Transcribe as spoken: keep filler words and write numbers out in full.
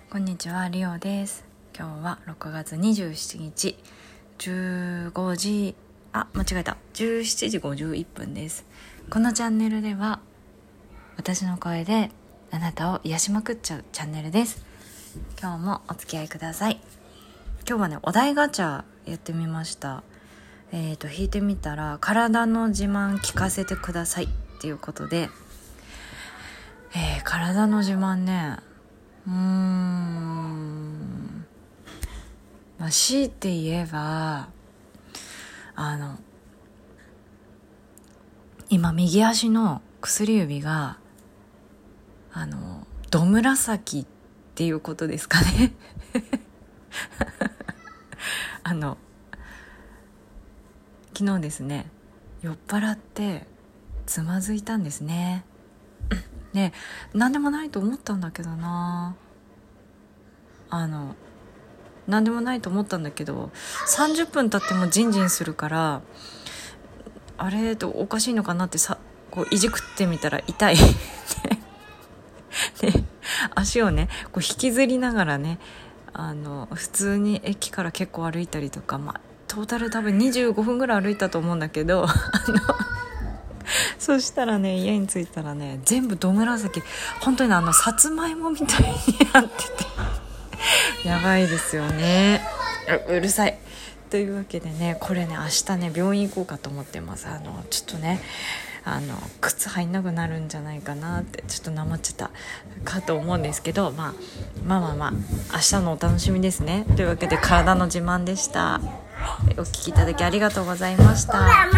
こんにちは、リオです。今日はろくがつにじゅうしちにちじゅうごじあ間違えたじゅうしちじごじゅういっぷんです。このチャンネルでは私の声であなたを癒しまくっちゃうチャンネルです。今日もお付き合いください。今日はね、お題ガチャやってみました。えーと引いてみたら、体の自慢聞かせてくださいっていうことで、えー、体の自慢ね、うーんまあ強いて言えば、あの今右足の薬指があのど紫っていうことですかねあの昨日ですね、酔っ払ってつまずいたんですね。で、何でもないと思ったんだけどなあの何でもないと思ったんだけどさんじゅっぷん経ってもジンジンするから、あれとおかしいのかなってさこういじくってみたら痛いで足をねこう引きずりながらね、あの普通に駅から結構歩いたりとか、まあ、トータル多分にじゅうごふんぐらい歩いたと思うんだけどあのそしたらね、家に着いたらね、全部ど紫、本当にあのさつまいもみたいになっててやばいですよね。 う, うるさいというわけでね、これね明日ね病院行こうかと思ってます。あのちょっとね、あの靴入んなくなるんじゃないかなって、ちょっとなまっちゃったかと思うんですけど、まあ、まあまあまあ明日のお楽しみですね。というわけで、体の自慢でした。お聞きいただきありがとうございました。